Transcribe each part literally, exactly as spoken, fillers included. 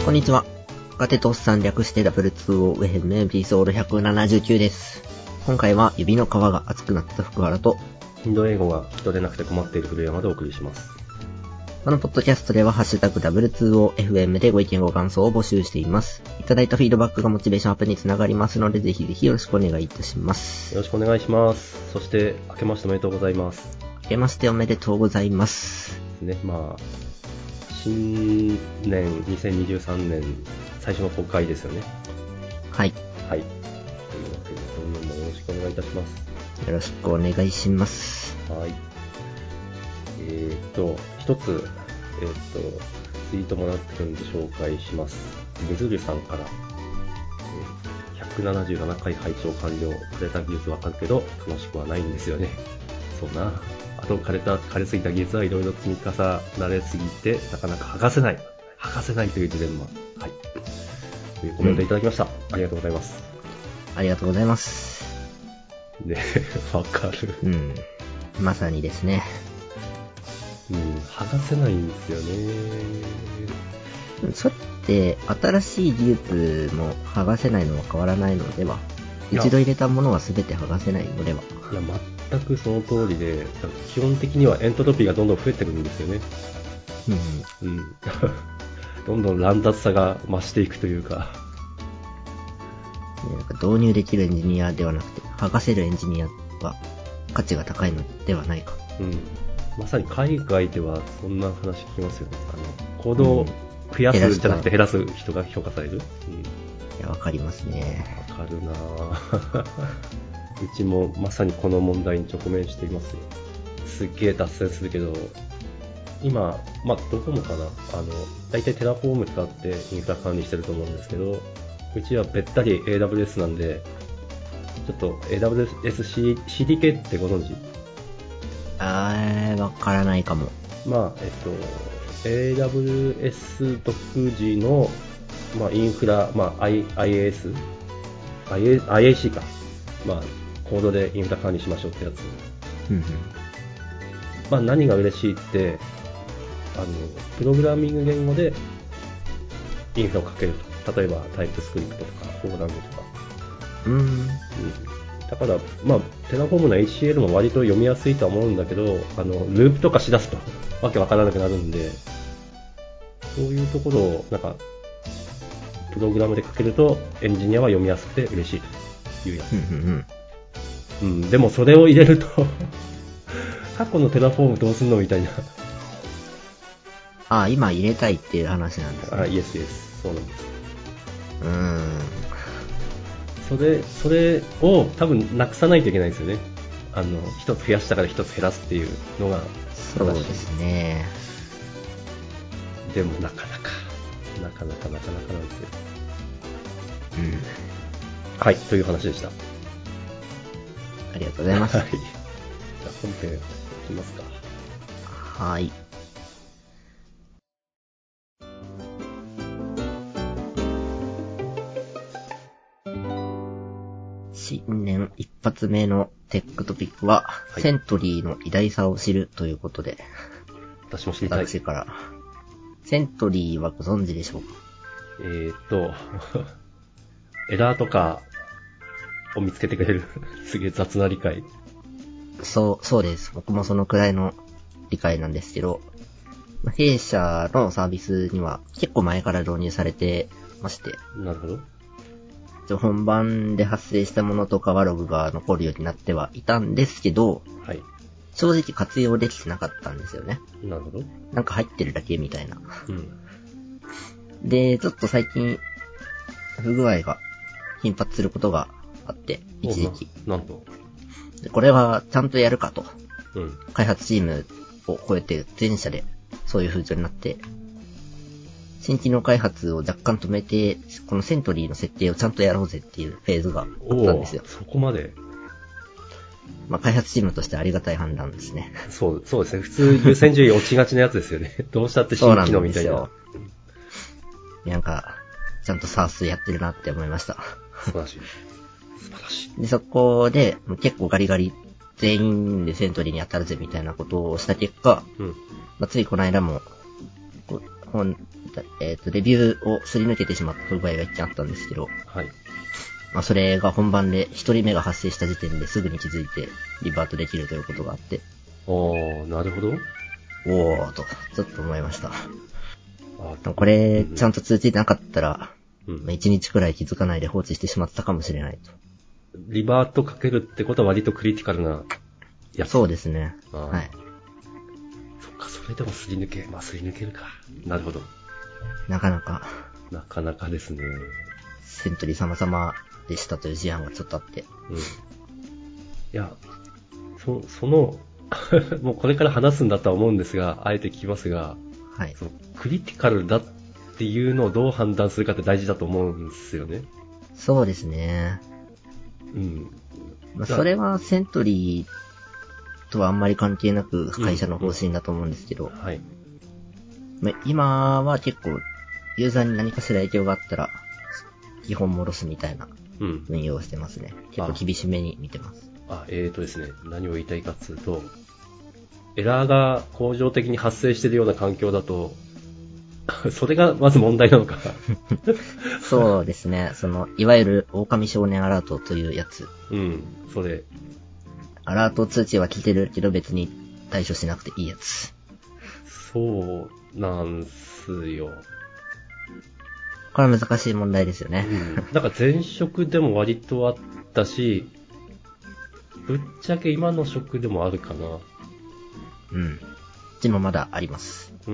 こんにちは。ガテトスさん略して ダブリューツーオー ウェブエピソードひゃくななじゅうきゅうです。今回は指の皮が熱くなった福原と、 インド英語が聞き取れなくて困っている古山でお送りします。 このポッドキャストではハッシュタグ ダブリューツーオーエフエム でご意見ご感想を募集しています。いただいたフィードバックがモチベーションアップにつながりますので、ぜひぜひよろしくお願いいたします。 よろしくお願いします。そして、明けましておめでとうございます。 明けましておめでとうございます。 ね、まあ、新年にせんにじゅうさんねん最初の公開ですよね。 はい。 はい。というわけで、本年もよろしくお願いいたします。 よろしくお願いします。 はい。えーと、一つ、えーと、ツイートもらってるんで紹介します。みずるさんから、えー、ひゃくななじゅうななかい拝聴完了。枯れた技術わかるけど、楽しくはないんですよね。そうな。あと、枯れた、枯れすぎた技術はいろいろ積み重なれすぎて、なかなか剥がせない。剥がせないというジレンマ。はい。というコメントいただきました。うん、ありがとうございます。 ありがとうございます。 ね、わかる。 うん。まさにですね。 うん、剥がせないんですよね。 それって、新しい技術も剥がせないのは変わらないのでは？一度入れたものは全て剥がせないのでは？ いや、全くその通りで、基本的にはエントロピーがどんどん増えてるんですよね。うん。うん。どんどん乱雑さが増していくというか。 なんか導入できるエンジニアではなくて、剥がせるエンジニアは価値が高いのではないか。 うん。まさに海外ではそんな話聞きますよね。あの、コードを増やすじゃなくて減らす人が評価される。うん。いや、わかりますね。 わかるなぁ。うちもまさにこの問題に直面していますよ。すっげえ脱線するけど、今、まあ、どこもかな、あの、大体テラフォーム使ってインフラ管理してると思うんですけど、うちはべったり エーダブリューエス なんで、ちょっと エーダブリューエス シーディーケー ってご存知？ あー、わからないかも。 まあ、えっと、エーダブリューエス 独自の、まあ、インフラ、まあ、I、アイエーエス、アイエーシー か。まあ、コードでインフラ管理しましょうってやつ。 うんうん。 まあ、何が嬉しいって、あの、プログラミング言語でインフラをかけると。例えば、タイプスクリプトとか、フォーランドとか。 うーん。うん。 だから、まあ、テラフォームの エイチシーエル も割と読みやすいとは思うんだけど、あの、ループとかしだすと、わけわからなくなるんで、そういうところを、なんか、プログラムで書けると、エンジニアは読みやすくて嬉しいというやつ。 うんうんうん。うん、でもそれを入れると、過去のテラフォームどうすんのみたいな。 あー、今入れたいっていう話なんですね。 あ、イエスイエス。そうなんです。 うーん。 それ、それを多分なくさないといけないんですよね。あの、一つ増やしたから一つ減らすっていうのがそうですね。 でもなかなか、なかなかなかなかなんですよ。 うん。 はい、という話でした。 ありがとうございます。 はい。じゃあ本編いきますか。 はい。新年一発目のテックトピックは、はい、セントリーの偉大さを知るということで、 私も知りたい。 私から。セントリーはご存知でしょうか？ えーっと、エラーとかを見つけてくれるすげえ雑な理解。 そう、そうです。僕もそのくらいの理解なんですけど、弊社のサービスには結構前から導入されてまして。 なるほど。 本番で発生したものとかはログが残るようになってはいたんですけど、 はい。 正直活用できてなかったんですよね。 なるほど。 なんか入ってるだけみたいな。 うん。 で、ちょっと最近、不具合が頻発することがあって、一時期。 な、なんと。 でこれはちゃんとやるかと。 うん。 開発チームを超えて全社でそういう風潮になって、新機能開発を若干止めて、このセントリーの設定をちゃんとやろうぜっていうフェーズがあったんですよ。 そこまで。 まあ、開発チームとしてありがたい判断ですね。 そう、そうですね。普通優先順位落ちがちなやつですよね。どうしたって新機能みたいな。そうなんですよ。なんか、ちゃんと SaaS やってるなって思いました。 素晴らしい。素晴らしい。 で、そこで、結構ガリガリ、全員でセントリーに当たるぜみたいなことをした結果、うん、まあ、ついこの間も、本、 えっ、と、レビューをすり抜けてしまった不具合が一件あったんですけど、 はい。 まあ、それが本番で一人目が発生した時点ですぐに気づいてリバートできるということがあって、 おー、なるほど。 おーと、ちょっと思いました。 あこれ、 うんちゃんと通知いてなかったら、 うんまあ、一日くらい気づかないで放置してしまったかもしれないと。 リバートかけるってことは割とクリティカルなやつ。 そうですね。 あーはい。 そっか、それでもすり抜け、まあすり抜けるか。なるほど。 なかなか、 なかなかですね。 セントリー様々でしたという事案がちょっとあって。 うん。いや、そ、その、もうこれから話すんだとは思うんですが、あえて聞きますが、 はい。 そのクリティカルだっていうのをどう判断するかって大事だと思うんですよね。 そうですね。 うん。 まあ、それはセントリーとはあんまり関係なく会社の方針だと思うんですけど、 はい。 まあ、今は結構ユーザーに何かしら影響があったら基本戻すみたいなうん。 運用をしてますね。結構厳しめに見てます。 あ、えーとですね、何を言いたいかっつうと、エラーが恒常的に発生しているような環境だと、それがまず問題なのか。 そうですね。その、いわゆる狼少年アラートというやつ。 うん、それ。 アラート通知は来てるけど別に対処しなくていいやつ。 そうなんすよ。 これは難しい問題ですよね。 うん。なんか前職でも割とあったし、ぶっちゃけ今の職でもあるかな。 うん。うちもまだあります。 うん。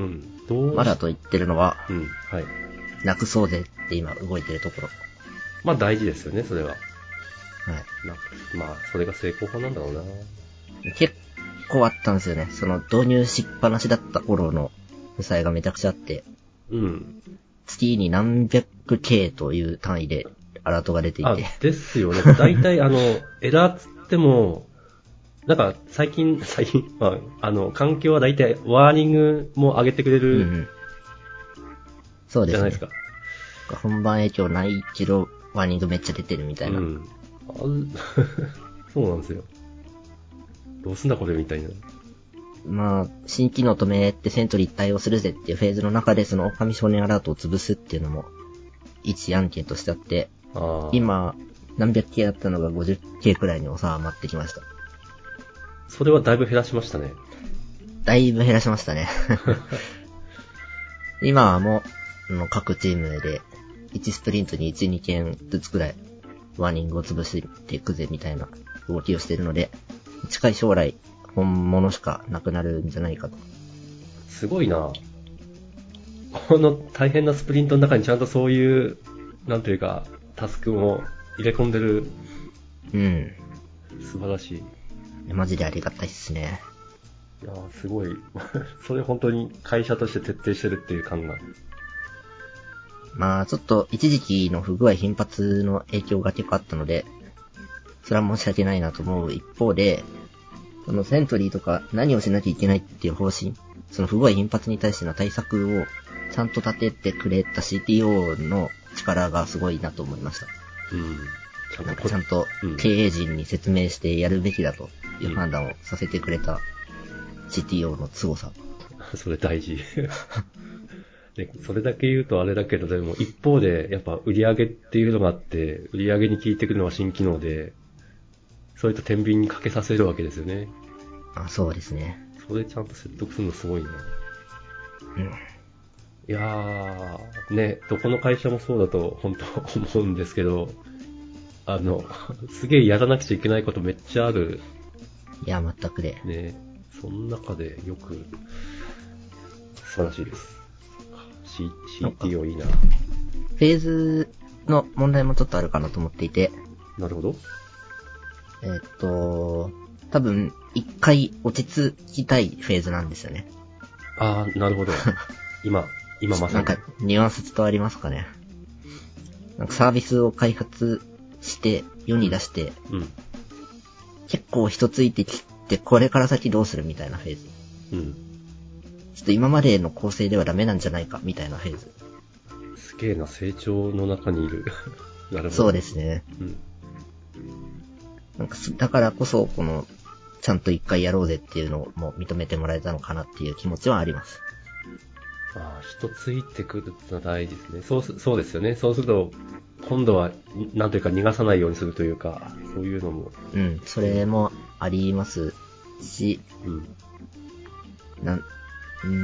どうしまだと言ってるのは、 うん、はい。 なくそうぜって今動いてるところ。 まあ大事ですよね、それは。 はい。 なんかまあ、それが成功法なんだろうな。 結構あったんですよね。その導入しっぱなしだった頃の負債がめちゃくちゃあって、 うん。 月に何百 K という単位でアラートが出ていあて。、 ですよね。大体あの、エラーっつっても、なんか最近、最近、まあ、あの、環境は大体ワーニングも上げてくれうんうるん。そうですね。 じゃないですか。 本番影響ないけど、ワーニングめっちゃ出てるみたいな。 うん。あそうなんですよ。どうすんだこれみたいな。 まあ、新機能止めてセントリー対応するぜっていうフェーズの中でその狼少年アラートを潰すっていうのも一案件としてあって、 あ今何百 K だったのが ごじゅっケー くらいに収まってきました。 それはだいぶ減らしましたね。 だいぶ減らしましたね。今はもう、あの各チームでいちスプリントにいち、にけんずつくらいワーニングを潰していくぜみたいな動きをしているので、近い将来本物しかなくなるんじゃないかと。 すごいな。この大変なスプリントの中にちゃんとそういう、なんというか、タスクも入れ込んでる。 うん。 素晴らしい。 マジでありがたいっすね。 いやーすごい。それ本当に会社として徹底してるっていう感が。 まあ、ちょっと一時期の不具合頻発の影響が結構あったので、それは申し訳ないなと思う一方で、そのセントリーとか何をしなきゃいけないっていう方針、その不具合頻発に対しての対策をちゃんと立ててくれた シーティーオー の力がすごいなと思いました。 うん。ちゃんなんとかちゃんと経営陣に説明してやるべきだという判断をさせてくれた シーティーオー の凄さ。 それ大事。でそれだけ言うとあれだけど、でも一方でやっぱ売り上げっていうのがあって、売り上げに効いてくるのは新機能で、それと天秤にかけさせるわけですよね。 あ、そうですね。 それちゃんと説得するのすごいな。 うん。 いやー、ね、どこの会社もそうだと本当思うんですけど、あの、すげえやらなくちゃいけないことめっちゃある。 いや、全くで。 ね、その中でよく、素晴らしいです。C、シーティーオー いいな。 フェーズの問題もちょっとあるかなと思っていて、 なるほど。 えーっと、多分、一回落ち着きたいフェーズなんですよね。 あー、なるほど。今、今まさに。 なんか、ニュアンス伝わりますかね。なんかサービスを開発して、世に出して、 うん。 結構人ついてきて、これから先どうするみたいなフェーズ。 うん。 ちょっと今までの構成ではダメなんじゃないか、みたいなフェーズ。 すげえな、成長の中にいる。なるほど。 そうですね。 うん。 なんか、だからこそ、この、ちゃんと一回やろうぜっていうのも認めてもらえたのかなっていう気持ちはあります。 ああ、人ついてくるってのは大事ですね。そうす、そうですよね。そうすると、今度は、なんというか逃がさないようにするというか、そういうのも。 うん、それもありますし、 うん。 なん、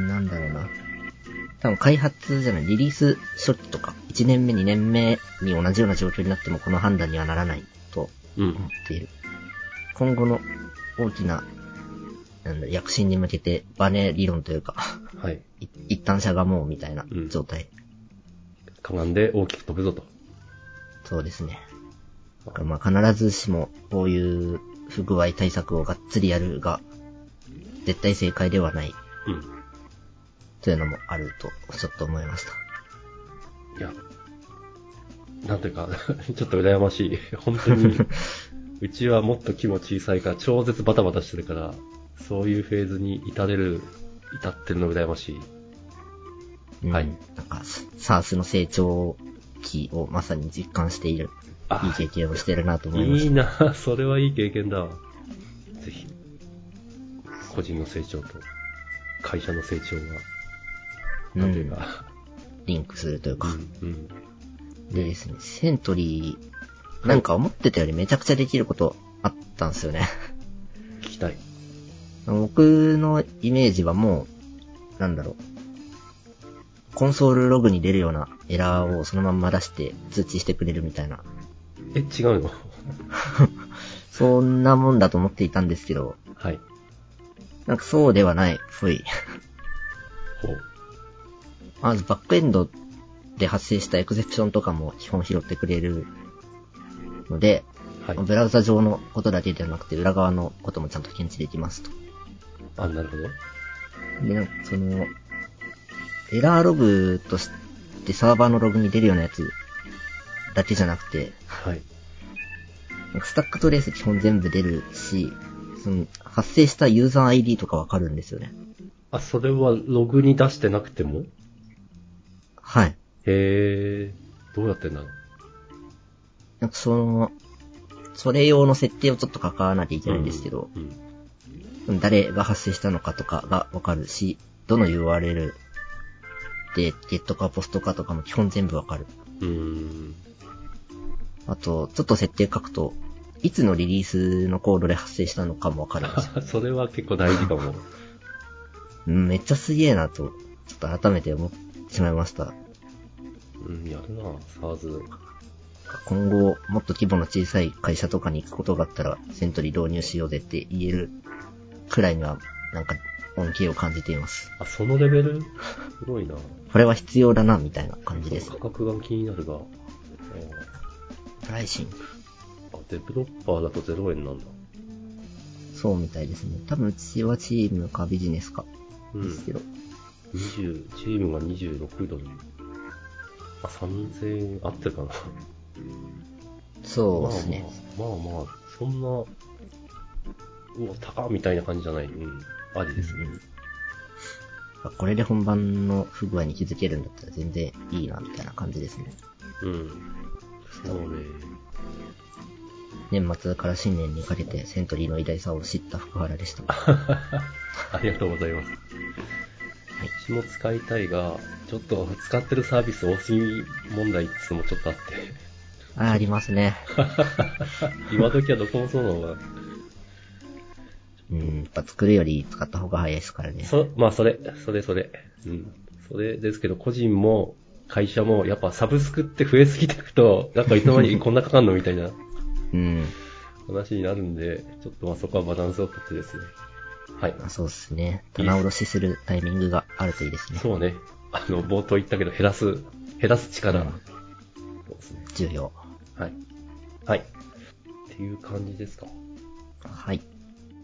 なんだろうな。多分開発じゃない、リリース初期とか、いちねんめ、にねんめに同じような状況になってもこの判断にはならないと思っている。うん、今後の大きな、なんだ、躍進に向けてバネ理論というか、 はい。 一旦しゃがもうみたいな状態。 かがんで大きく飛ぶぞと。 そうですね。だからまあ必ずしもこういう不具合対策をがっつりやるが、絶対正解ではない。 うん。 というのもあると、ちょっと思いました。 いや、なんていうか、ちょっと羨ましい。本当に、うちはもっと規模小さいから、超絶バタバタしてるから、そういうフェーズに至れる、至ってるの羨ましい。 うん、 はい。 なんか、SARS の成長期をまさに実感している、いい経験をしてるなと思いました。 いいな、それはいい経験だわ。ぜひ、個人の成長と会社の成長が、なんていうか、 うん、リンクするというか。 うんうん、 でですね、セントリー、なんか思ってたよりめちゃくちゃできることあったんですよね。 聞きたい。 僕のイメージはもう、なんだろう。コンソールログに出るようなエラーをそのまんま出して通知してくれるみたいな。 え、違うのそんなもんだと思っていたんですけど。 はい。 なんかそうではないっぽい。 ほう。 まずバックエンドで発生したエクセプションとかも基本拾ってくれるので、はい、ブラウザ上のことだけではなくて裏側のこともちゃんと検知できますと。 あ、なるほど。 で、なんかその、エラーログとしてサーバーのログに出るようなやつだけじゃなくて、 はい。 なんかスタックトレース基本全部出るし、その発生したユーザー アイディー とかわかるんですよね。 あ、それはログに出してなくても？ はい。 へー、どうやってんだろう。 なんかその、それ用の設定をちょっと関わらなきゃいけないんですけど、うんうん、誰が発生したのかとかがわかるし、どの ユーアールエル でゲットかポストかとかも基本全部わかる。 うーん。 あと、ちょっと設定書くと、いつのリリースのコードで発生したのかもわかるんですよ。 それは結構大事かも。 うん、めっちゃすげえなと、ちょっと改めて思ってしまいました。 うん、やるな、SARS。 今後、もっと規模の小さい会社とかに行くことがあったら、セントリー導入しようぜって言えるくらいには、なんか、恩恵を感じています。 あ、そのレベル？すごいな。 これは必要だな、みたいな感じです。 価格が気になるが。 プライシング。 あ、デベロッパーだとゼロえんなんだ。 そうみたいですね。多分うちはチームかビジネスか。ですけど。 にじゅう、チームがにじゅうろくドル。あ、さんぜんえん合ってるかな。 そうですね。 まあまあ、まあまあ、そんな、うわ、高みたいな感じじゃない。うん。ありですね。 うん、これで本番の不具合に気づけるんだったら全然いいな、みたいな感じですね。 うん。そうね。 年末から新年にかけてセントリーの偉大さを知った福原でした。 ありがとうございます。はい。うちも使いたいが、ちょっと使ってるサービス多すぎ問題ってのもちょっとあって。 あ、ありますね。 今時はどこもそうなのかな。 うん、やっぱ作るより使った方が早いですからね。 そ、まあそれ、それそれ。うん。それですけど、個人も会社もやっぱサブスクって増えすぎていくと、なんかいつの間にこんなかかんのみたいな。 うん。 話になるんで、ちょっとまあそこはバランスをとってですね。はい。 あ、そうですね。棚卸しするタイミングがあるといいですね。 そうね。あの、冒頭言ったけど、減らす、減らす力。うん、そうですね。 重要。 はい。はい。っていう感じですか。 はい。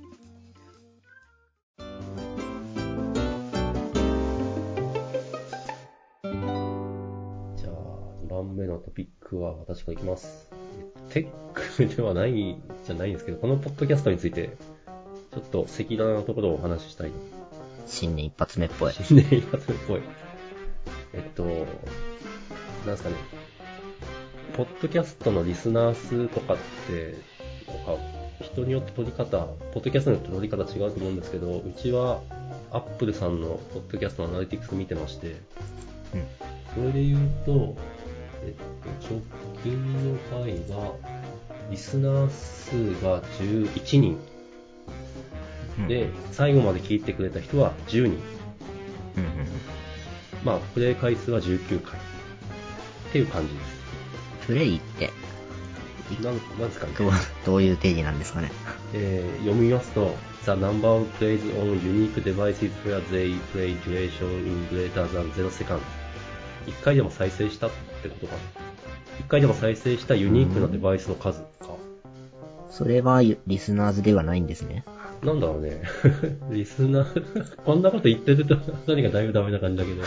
じゃあ、にばんめのトピックは私からいきます。テックではないじゃないんですけど、このポッドキャストについて、ちょっと赤裸々なところをお話ししたい。 新年一発目っぽい。 新年一発目っぽい。えっと、なんですかね。ポッドキャストのリスナー数とかって、なんか、人によって取り方、ポッドキャストによって取り方違うと思うんですけど、うちはアップルさんのポッドキャストのアナリティクス見てまして、 うん。 それで言うと、えっと、直近の回が、リスナー数がじゅういちにん。 うん、 で、最後まで聞いてくれた人はじゅうにん。 うんうん、 まあ、プレイ回数はじゅうきゅうかい。っていう感じです。 プレイって、 なん、なんですかね。 どう、どういう定義なんですかね。 えー、読みますと、The number of plays on unique devices where they play duration in greater than zero seconds。一回でも再生したってことかな。一回でも再生したユニークなデバイスの数か。 それはリスナーズではないんですね。 なんだろうね。リスナー、こんなこと言ってると何かだいぶダメな感じだけど。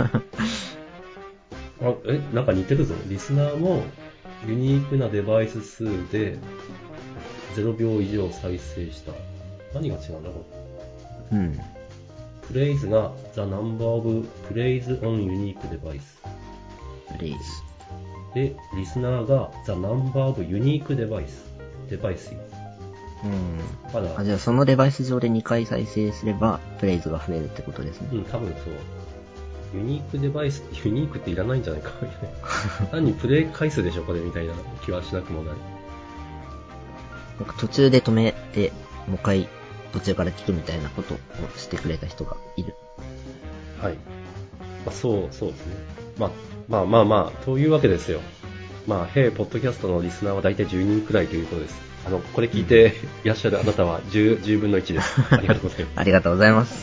あ、え、なんか似てるぞ。リスナーもユニークなデバイス数でゼロびょう以上再生した。何が違うんだろう。うん。 プレイズが The number of plays on unique device。 プレイズ。 で、リスナーが The number of unique device。デバイス。 うん。 まだ。 あ、じゃあそのデバイス上でにかい再生すれば、プレイズが増えるってことですね。 うん、多分そう。ユニークデバイス、ユニークっていらないんじゃないかみたいな。単にプレイ回数でしょ、これみたいな気はしなくもない。 なんか途中で止めて、もう一回途中から聞くみたいなことをしてくれた人がいる。 はい。まあ、そう、そうですね。まあ、まあまあまあ、というわけですよ。まあ、へい、ポッドキャストのリスナーは大体じゅうにんくらいということです。あの、これ聞いていらっしゃるあなたは 10, じゅうぶんのいちです。ありがとうございます。 ありがとうございます。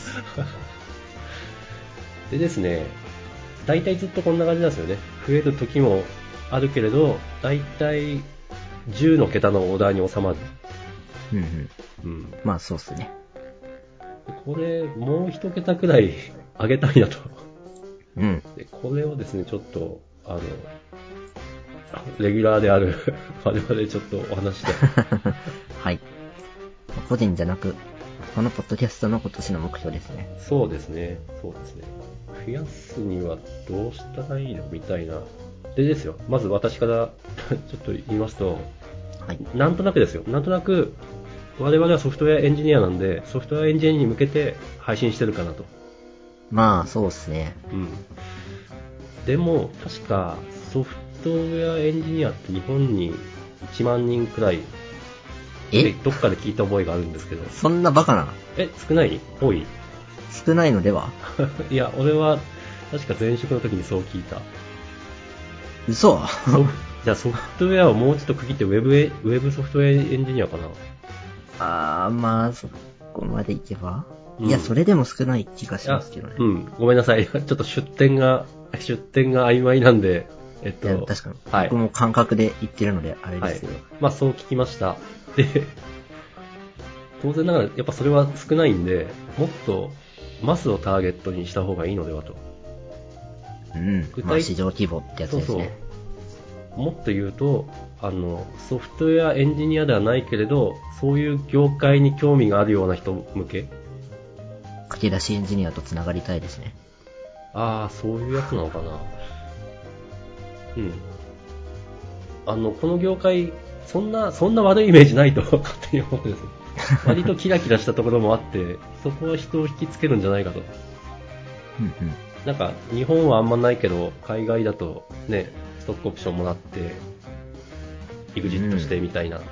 でですね、大体ずっとこんな感じなんですよね。増える時もあるけれど、大体じゅうの桁のオーダーに収まる。 うんうん。 うん。 まあそうっすね。 これ、もう一桁くらい上げたいなと。 うん。 でこれをですね、ちょっと、あの、レギュラーである我々ちょっとお話したい。 はい。個人じゃなく、このポッドキャストの今年の目標ですね。 そうですね、そうですね。増やすにはどうしたらいいのみたいな。でですよ、まず私からちょっと言いますと、 はい。 なんとなくですよ、なんとなく、我々はソフトウェアエンジニアなんで、ソフトウェアエンジニアに向けて配信してるかなと。 まあそうっすね。 うん。でも、確か、ソフトウェアエンジニアって日本にいちまんにんくらい、 えどっかで聞いた覚えがあるんですけど。 そんなバカな。 え、少ない多い少ないのではいや、俺は、確か前職の時にそう聞いた。 嘘ソフじゃあソフトウェアをもうちょっと区切ってウェブエ、ウェブソフトウェアエンジニアかな。 あー、まあ、そこまでいけば、 うん、 いや、それでも少ない気がしますけどね。 うん、ごめんなさい。ちょっと出典が、出典が曖昧なんで、えっと、 いや確かに、 はい、 僕も感覚で言ってるので、あれですけど、 はい。まあ、そう聞きました。で、当然ながら、やっぱそれは少ないんで、もっと、マスをターゲットにした方がいいのではと。 うん。まあ、市場規模ってやつですね。そうそう。もっと言うと、あの、ソフトウェアエンジニアではないけれど、そういう業界に興味があるような人向け。 駆け出しエンジニアとつながりたいですね。 ああ、そういうやつなのかな。うん。あの、この業界、そんな、そんな悪いイメージないと勝手に思うんです。割とキラキラしたところもあって、そこは人を引きつけるんじゃないかと。 うんうん。 なんか、日本はあんまないけど、海外だとね、ストックオプションもらって、エグジットしてみたいな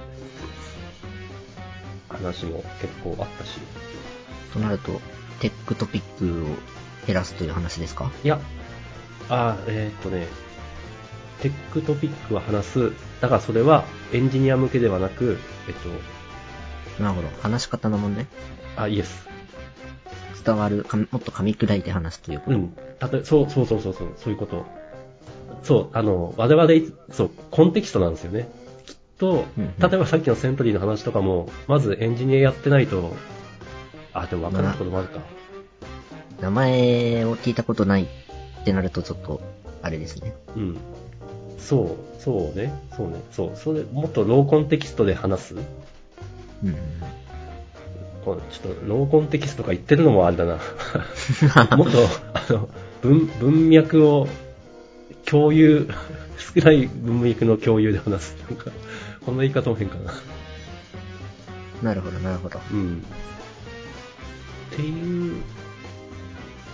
話も結構あったし。 となると、テックトピックを減らすという話ですか？ いや、あー、えーっとね、テックトピックは話す。だからそれはエンジニア向けではなく、えっと、 なるほど。話し方の問題？ あ、イエス。 伝わる、かもっと噛み砕いて話すということ。 うん。たとそうそうそうそうそう、そういうこと。そう、あの、我々、そう、コンテキストなんですよね。きっと、 うんうん、 例えばさっきのセントリーの話とかも、まずエンジニアやってないと、あ、でも分からんこともあるか。 名前を聞いたことないってなるとちょっと、あれですね。 うん。そう、そうね、そうね、そう、それ、もっとローコンテキストで話す。 うんうん、 こうちょっとローコンテキストとか言ってるのもあれだな。もっと、あの、文、文脈を共有、少ない文脈の共有で話す。なんか、こんな言い方も変かな。 なるほど、なるほど。 うん。っていう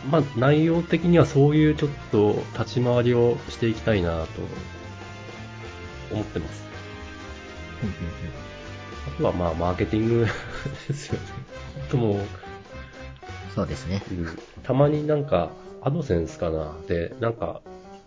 まあ内容的にはそういうちょっと立ち回りをしていきたいなと思ってます。 うんうんあとはまあマーケティングですよね。あともう、 そうですね。 うん、たまになんかアドセンスかなでなんか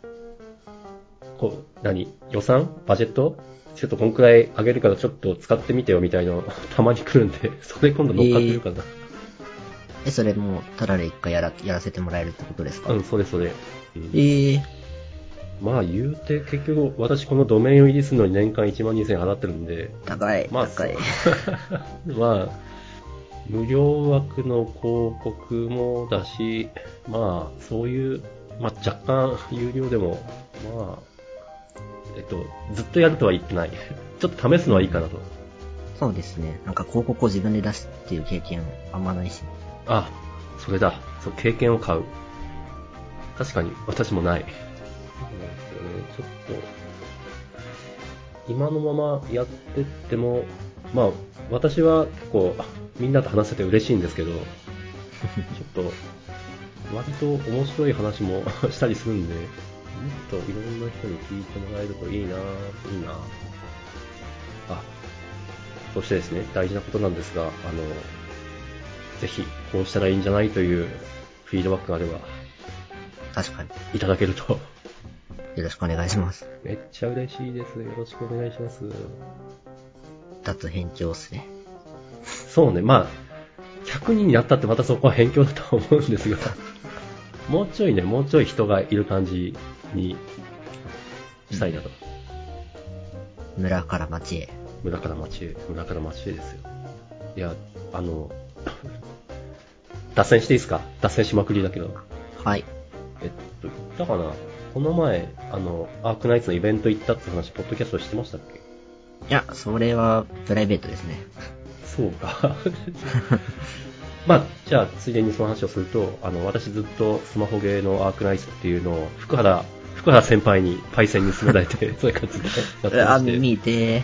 こう何予算バジェットちょっとこんくらい上げるからちょっと使ってみてよみたいなのたまに来るんで、それ今度乗っかってるかな。 え、それもう、ただで一回やら、やらせてもらえるってことですか？ うん、それそれ。うん、 えー、 まあ言うて結局私このドメインを維持するのに年間いちまんにせんえん払ってるんで、 高い、 まあ、 高い。 まあ、無料枠の広告もだし、まあそういう、まあ若干有料でも、まあ、えっと、ずっとやるとは言ってない。ちょっと試すのはいいかなと。 そうですね。なんか広告を自分で出すっていう経験あんまないし。 あ、それだ。そう、経験を買う。確かに、私もない。そうなんですよね。ちょっと、今のままやってっても、まあ、私は結構、みんなと話せて嬉しいんですけど、ちょっと、割と面白い話もしたりするんで、もっといろんな人に聞いてもらえるといいなぁ、いいなぁ。あ、そしてですね、大事なことなんですが、あの、ぜひ、こうしたらいいんじゃないというフィードバックがあれば、 確かに。 いただけると、 よろしくお願いします。 めっちゃ嬉しいです。よろしくお願いします。 脱返響っすね。 そうね、まあ、ひゃくにんになったってまたそこは辺境だと思うんですが、もうちょいね、もうちょい人がいる感じにしたいなと。 村から町へ。 村から町へ、村から町へですよ。いや、あの、脱線していいですか？脱線しまくりだけど。 はい。 えっと、言ったかな？この前、あの、アークナイツのイベント行ったって話、ポッドキャストしてましたっけ？ いや、それはプライベートですね。 そうか。まあ、じゃあ、ついでにその話をすると、あの、私ずっとスマホゲーのアークナイツっていうのを、福原、福原先輩にパイセンに進められて、そういう感じでやってまあ、 して。 見て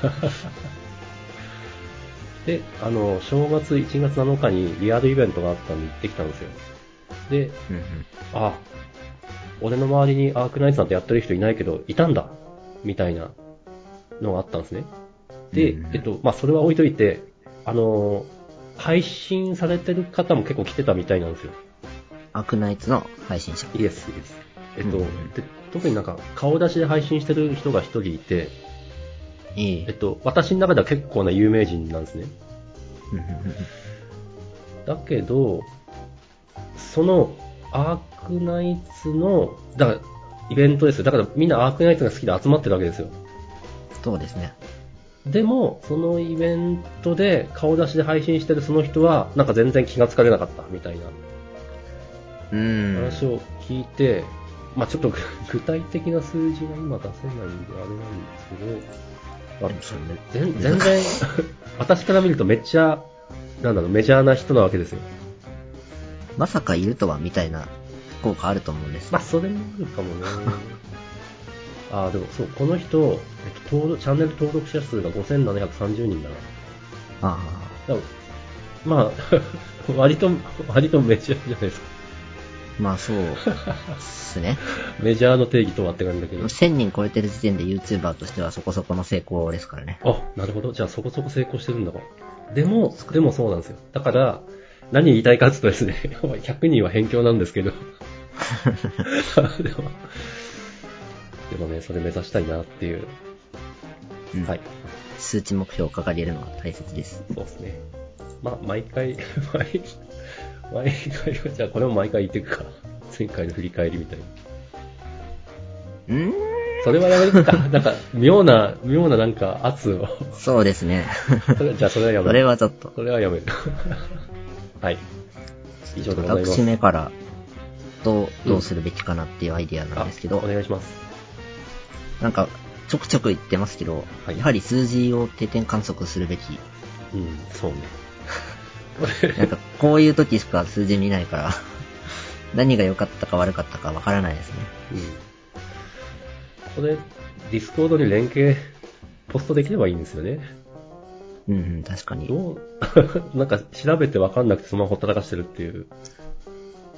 で、あの、正月いちがつなのかにリアルイベントがあったんで行ってきたんですよ。で、 うんうん。 あ、俺の周りにアークナイツなんてやってる人いないけど、いたんだみたいなのがあったんですね。で、 うんうんえっと、まあ、それは置いといて、あの、配信されてる方も結構来てたみたいなんですよ。 アークナイツの配信者。 イエス、イエス。えっと、 うんうんうんで特になんか顔出しで配信してる人が一人いて、 いい。 えっと、私の中では結構な有名人なんですね。 うんうんうんだけど、そのアークナイツの、だからイベントですよ。だからみんなアークナイツが好きで集まってるわけですよ。 そうですね。 でも、そのイベントで顔出しで配信してるその人は、なんか全然気がつかれなかったみたいなうーん。 話を聞いて、まあちょっと具体的な数字が今出せないんであれなんですけど、まあでもそれね全全然、私から見るとめっちゃ、なんだろう、メジャーな人なわけですよ。 まさかいるとはみたいな効果あると思うんです。 まあそれもあるかもね。ああ、でもそう、この人、えっと、登録チャンネル登録者数がごせんななひゃくさんじゅうにんだな。 あだからまあ、割と、割とメジャーじゃないですか。 あ。まあそうですね。 メジャーの定義とはって感じだけど。 せんにん超えてる時点で YouTuber としてはそこそこの成功ですからね。 あ、なるほど。じゃあそこそこ成功してるんだわ。でも、でもそうなんですよ。だから、何言いたいかっていうとですね、ひゃくにんは辺境なんですけど。でも、でもね、それ目指したいなっていう。 うん、 はい。 数値目標を掲げるのは大切です。 そうですね。まあ、毎回、毎、毎回は、じゃあこれも毎回言っていくか。前回の振り返りみたいに。 んーそれはやめるか。なんか、妙な、妙ななんか圧を。 そうですね。 それじゃあそれはやめる。 それはちょっと。 それはやめる。はい。以上でございます。 私目からどう、どうするべきかなっていうアイディアなんですけど、 お願いします。 なんか、ちょくちょく言ってますけど、 はいやはり数字を定点観測するべき。 うん、そうね。 なんか、こういう時しか数字見ないから、何が良かったか悪かったかわからないですね。 うん。これ、ディスコードに連携、ポストできればいいんですよね。 うんうん、確かに。 どう、なんか調べてわかんなくてそのままほったらかしてるっていう。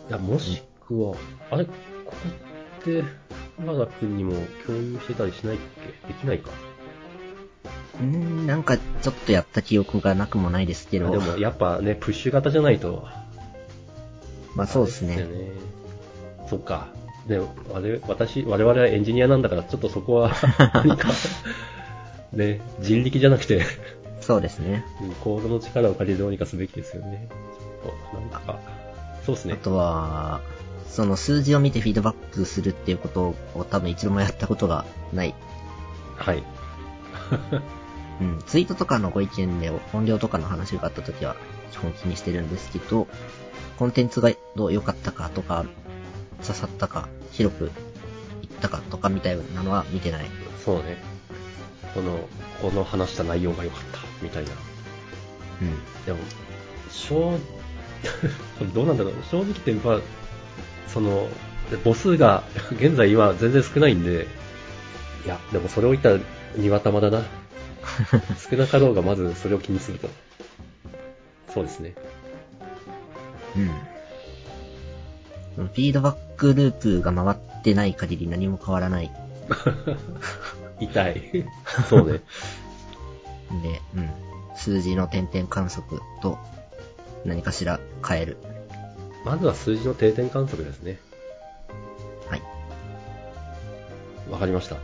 いや、もしくは、あれ、ここって、福原くんにも共有してたりしないっけ？できないか。 うーん、なんかちょっとやった記憶がなくもないですけど。 でもやっぱね、プッシュ型じゃないと。 まあそうですね。 ですよね。そっか。で、あれ、私、我々はエンジニアなんだから、ちょっとそこは、何か、ね、人力じゃなくて、 そうですね。 コードの力を借りてどうにかすべきですよね。ちょっと、なんか、そうですね。 あとは、その数字を見てフィードバックするっていうことを多分一度もやったことがない。 はい。 うん、ツイートとかのご意見で音量とかの話があったときは基本気にしてるんですけど、コンテンツがどう良かったかとか、刺さったか、広くいったかとかみたいなのは見てない。 そうね。この、この話した内容が良かった、みたいな。 うん。 でも、正、どうなんだろう。正直言って、まあ、その、母数が現在今全然少ないんで、いや、でもそれを言ったら庭玉だな。少なかろうがまずそれを気にすると。そうですね。 うん。フィードバックループが回ってない限り何も変わらない。 痛い。そうね。 で、うん。数字の点々観測と何かしら変える。 まずは数字の定点観測ですね。 はい。 わかりました。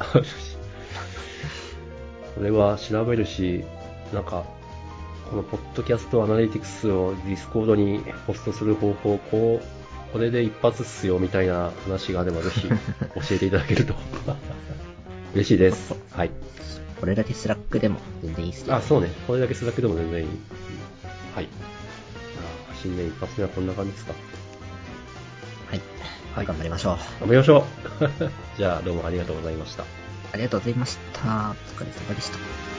これは調べるし、なんか、このポッドキャストアナリティクスをディスコードにポストする方法、こう、これで一発っすよみたいな話があればぜひ教えていただけると嬉しいです。はい。 これだけスラックでも全然いいっすけど。 あ、そうね。これだけスラックでも全然いい。はい。新年一発目はこんな感じですか。 はい。はい、頑張りましょう。 頑張りましょう。じゃあどうもありがとうございました。 ありがとうございました。お疲れ様でした。